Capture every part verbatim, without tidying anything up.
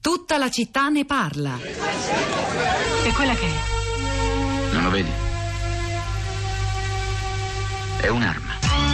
Tutta la città ne parla. E quella che è? Non lo vedi? È un'arma.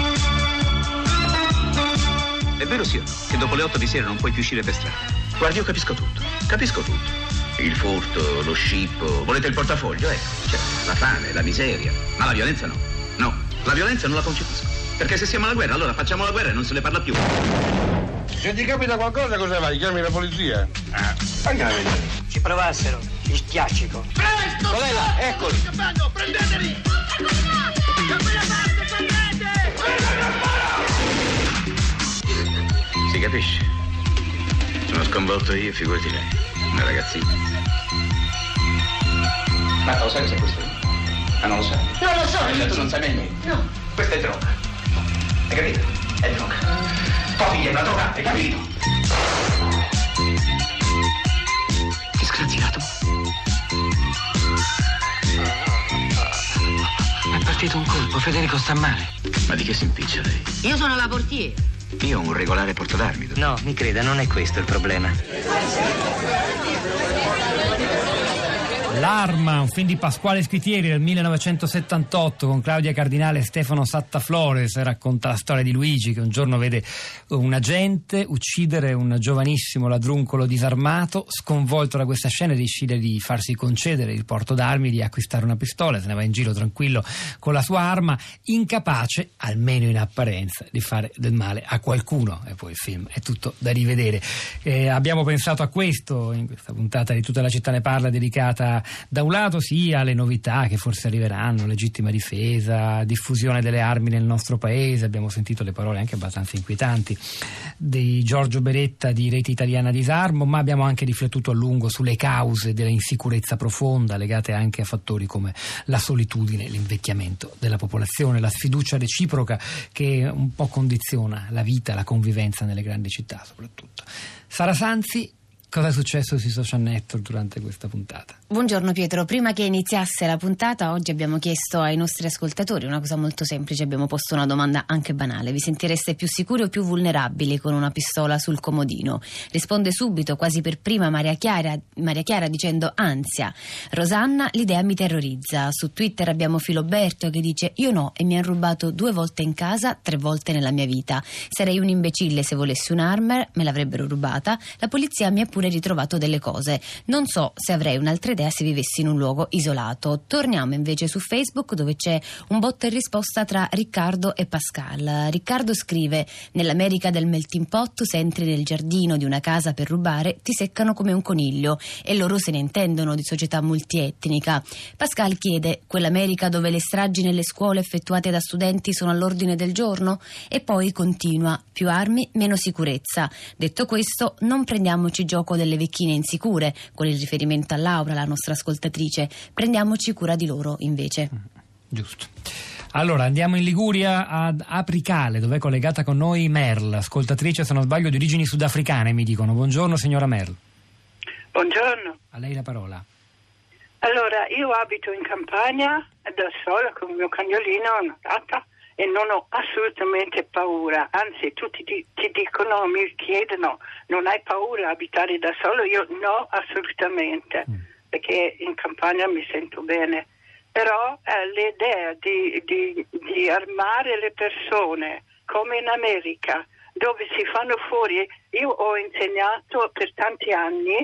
È vero, sì, che dopo le otto di sera non puoi più uscire per strada. Guardi, io capisco tutto. Capisco tutto. Il furto, lo scippo. Volete il portafoglio? Ecco. Cioè, la fame, la miseria. Ma la violenza no. No, la violenza non la concepisco. Perché se siamo alla guerra, allora facciamo la guerra e non se ne parla più. Se ti capita qualcosa, cosa fai? Chiami la polizia? Ah, andiamo a vedere. Ci provassero, il schiaccico. Presto! Qual è là? Eccoli! Prendeteli! Capite la parte, prendete! Si capisce? Sono sconvolto io, figurati lei. Una ragazzina. Ma lo sai cos'è questo? Ah, non lo sai? Non lo so! Cioè, tu non sai nemmeno? No. Questa è droga. Hai capito? È droga. Poi è una droga, hai capito? Che scranziato? È partito un colpo, Federico sta male. Ma di che si impiccia lei? Io sono la portiere. Io ho un regolare portadarmi. No, mi creda, non è questo il problema. L'arma, un film di Pasquale Squitieri del millenovecentosettantotto con Claudia Cardinale e Stefano Satta-Flores. Racconta la storia di Luigi che un giorno vede un agente uccidere un giovanissimo ladruncolo disarmato. Sconvolto da questa scena decide di farsi concedere il porto d'armi, di acquistare una pistola, se ne va in giro tranquillo con la sua arma, incapace, almeno in apparenza, di fare del male a qualcuno. E poi il film è tutto da rivedere. Eh, abbiamo pensato a questo in questa puntata di Tutta la città ne parla, dedicata da un lato sì alle novità che forse arriveranno, legittima difesa, diffusione delle armi nel nostro paese. Abbiamo sentito le parole anche abbastanza inquietanti di Giorgio Beretta di Rete Italiana Disarmo, ma abbiamo anche riflettuto a lungo sulle cause dell'insicurezza profonda legate anche a fattori come la solitudine, l'invecchiamento della popolazione, la sfiducia reciproca che un po' condiziona la vita, la convivenza nelle grandi città soprattutto. Sara Sanzi, cosa è successo sui social network durante questa puntata? Buongiorno Pietro, prima che iniziasse la puntata oggi abbiamo chiesto ai nostri ascoltatori una cosa molto semplice, abbiamo posto una domanda anche banale: vi sentireste più sicuri o più vulnerabili con una pistola sul comodino? Risponde subito, quasi per prima, Maria Chiara, Maria Chiara dicendo ansia. Rosanna: l'idea mi terrorizza. Su Twitter abbiamo Filoberto che dice io no e mi hanno rubato due volte in casa, tre volte nella mia vita. Sarei un imbecille se volessi un'arma, me l'avrebbero rubata, la polizia mi ha pure ritrovato delle cose. Non so se avrei un'altra idea se vivessi in un luogo isolato. Torniamo invece su Facebook dove c'è un botta e risposta tra Riccardo e Pascal. Riccardo scrive: nell'America del melting pot, se entri nel giardino di una casa per rubare ti seccano come un coniglio e loro se ne intendono di società multietnica. Pascal chiede: quell'America dove le stragi nelle scuole effettuate da studenti sono all'ordine del giorno? E poi continua: più armi, meno sicurezza. Detto questo, non prendiamoci gioco delle vecchine insicure, con il riferimento a Laura, la nostra ascoltatrice. Prendiamoci cura di loro invece. Giusto. Allora andiamo in Liguria ad Apricale, dove è collegata con noi Merl, ascoltatrice se non sbaglio di origini sudafricane, mi dicono. Buongiorno signora Merl. Buongiorno. A lei la parola. Allora, io abito in campagna da sola con il mio cagnolino, una gatta, e non ho assolutamente paura, anzi tutti ti, ti dicono, mi chiedono: non hai paura a abitare da solo? Io no, assolutamente, mm. perché in campagna mi sento bene, però eh, l'idea di, di, di armare le persone come in America, dove si fanno fuori, io ho insegnato per tanti anni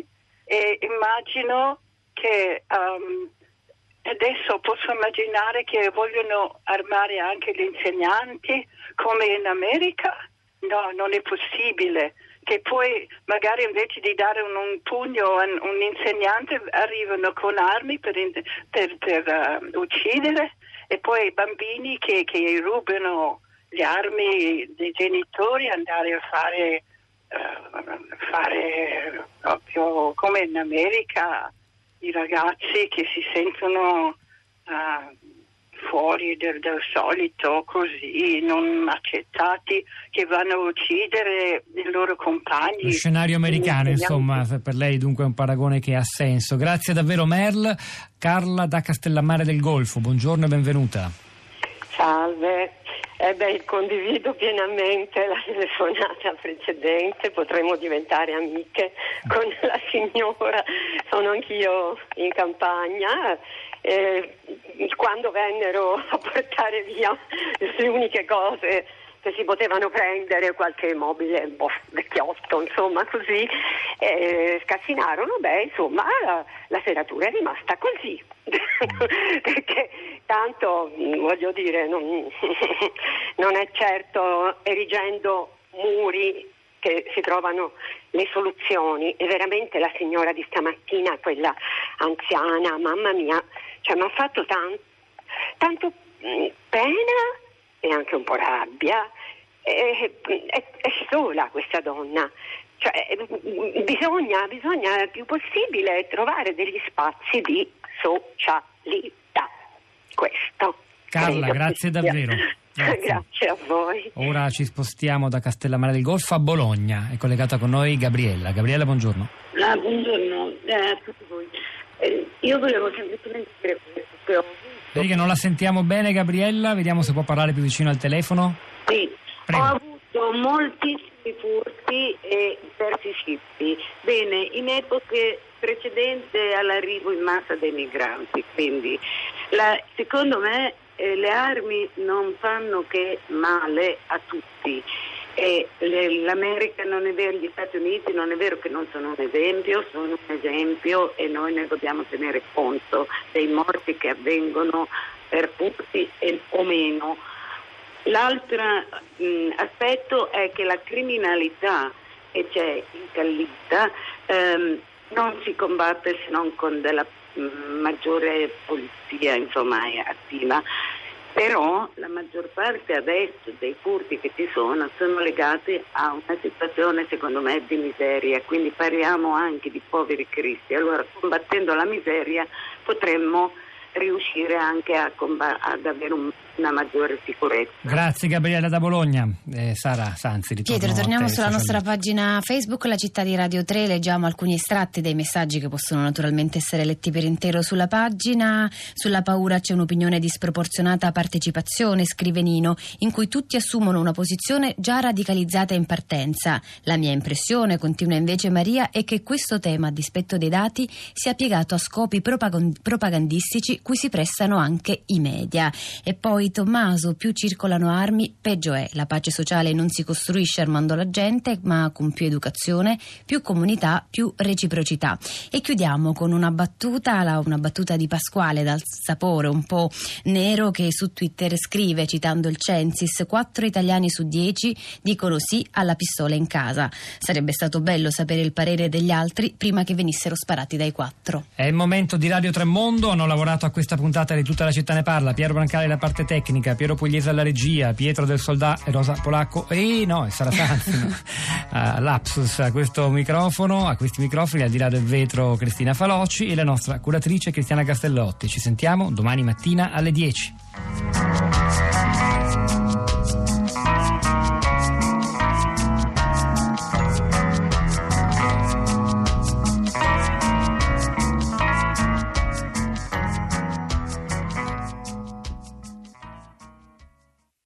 e immagino che um, adesso posso immaginare che vogliono armare anche gli insegnanti come in America. No, non è possibile. Che poi magari invece di dare un, un pugno a un insegnante arrivano con armi per, per, per uh, uccidere, e poi i bambini che, che rubano le armi dei genitori, andare a fare, uh, fare proprio come in America, i ragazzi che si sentono uh, fuori del, del solito, così, non accettati, che vanno a uccidere i loro compagni. Lo scenario americano, insomma, per lei dunque è un paragone che ha senso. Grazie davvero Merl. Carla da Castellammare del Golfo, buongiorno e benvenuta. Salve. Eh, Eh beh, condivido pienamente la telefonata precedente, potremmo diventare amiche con la signora, sono anch'io in campagna, eh, quando vennero a portare via le uniche cose che si potevano prendere, qualche mobile un po' vecchiotto, insomma così, eh, scassinarono, beh insomma la, la serratura è rimasta così, perché tanto voglio dire non, non è certo erigendo muri che si trovano le soluzioni, e veramente la signora di stamattina, quella anziana, mamma mia, cioè mi ha fatto tanto, tanto pena e anche un po' rabbia. È, è, è sola questa donna, cioè, bisogna, bisogna il più possibile trovare degli spazi di socialità. Questo. Carla, grazie davvero. Grazie. Grazie a voi. Ora ci spostiamo da Castellammare del Golfo a Bologna. È collegata con noi Gabriella. Gabriella, buongiorno. Ah, buongiorno eh, a tutti voi. Eh, io volevo semplicemente dire questo, che ho visto... Vedi che non la sentiamo bene, Gabriella? Vediamo se può parlare più vicino al telefono. Sì, prego. Ho avuto moltissimi furti e persi scippi. Bene, in epoche precedenti all'arrivo in massa dei migranti, quindi la, secondo me eh, le armi non fanno che male a tutti. E le, l'America non è vero, gli Stati Uniti non è vero che non sono un esempio, sono un esempio e noi ne dobbiamo tenere conto dei morti che avvengono per furti e, o meno. L'altro mh, aspetto è che la criminalità che c'è incallita ehm, non si combatte se non con della mh, maggiore polizia, insomma, attiva. Però la maggior parte adesso dei furti che ci sono sono legati a una situazione secondo me di miseria, quindi parliamo anche di poveri cristi. Allora combattendo la miseria potremmo riuscire anche a comb- ad avere un, una maggiore sicurezza. Grazie Gabriella da Bologna. eh, Sara Sanzi, Pietro, torniamo sulla nostra pagina Facebook, la città di Radio tre, leggiamo alcuni estratti dei messaggi che possono naturalmente essere letti per intero sulla pagina. Sulla paura c'è un'opinione di sproporzionata partecipazione, scrive Nino, in cui tutti assumono una posizione già radicalizzata in partenza. La mia impressione, continua invece Maria, è che questo tema, a dispetto dei dati, sia piegato a scopi propagand- propagandistici cui si prestano anche i media. E poi Tommaso, più circolano armi peggio è, la pace sociale non si costruisce armando la gente ma con più educazione, più comunità, più reciprocità. E chiudiamo con una battuta, una battuta di Pasquale dal sapore un po' nero, che su Twitter scrive, citando il Censis: quattro italiani su dieci dicono sì alla pistola in casa. Sarebbe stato bello sapere il parere degli altri prima che venissero sparati dai quattro. È il momento di Radio Tremondo. Hanno lavorato a questa puntata di Tutta la città ne parla Piero Brancale alla parte tecnica, Piero Pugliese alla regia, Pietro del Soldà e Rosa Polacco e no, è Sara Sanzi no. uh, lapsus a questo microfono, a questi microfoni, al di là del vetro Cristina Faloci e la nostra curatrice Cristiana Castellotti. Ci sentiamo domani mattina alle dieci.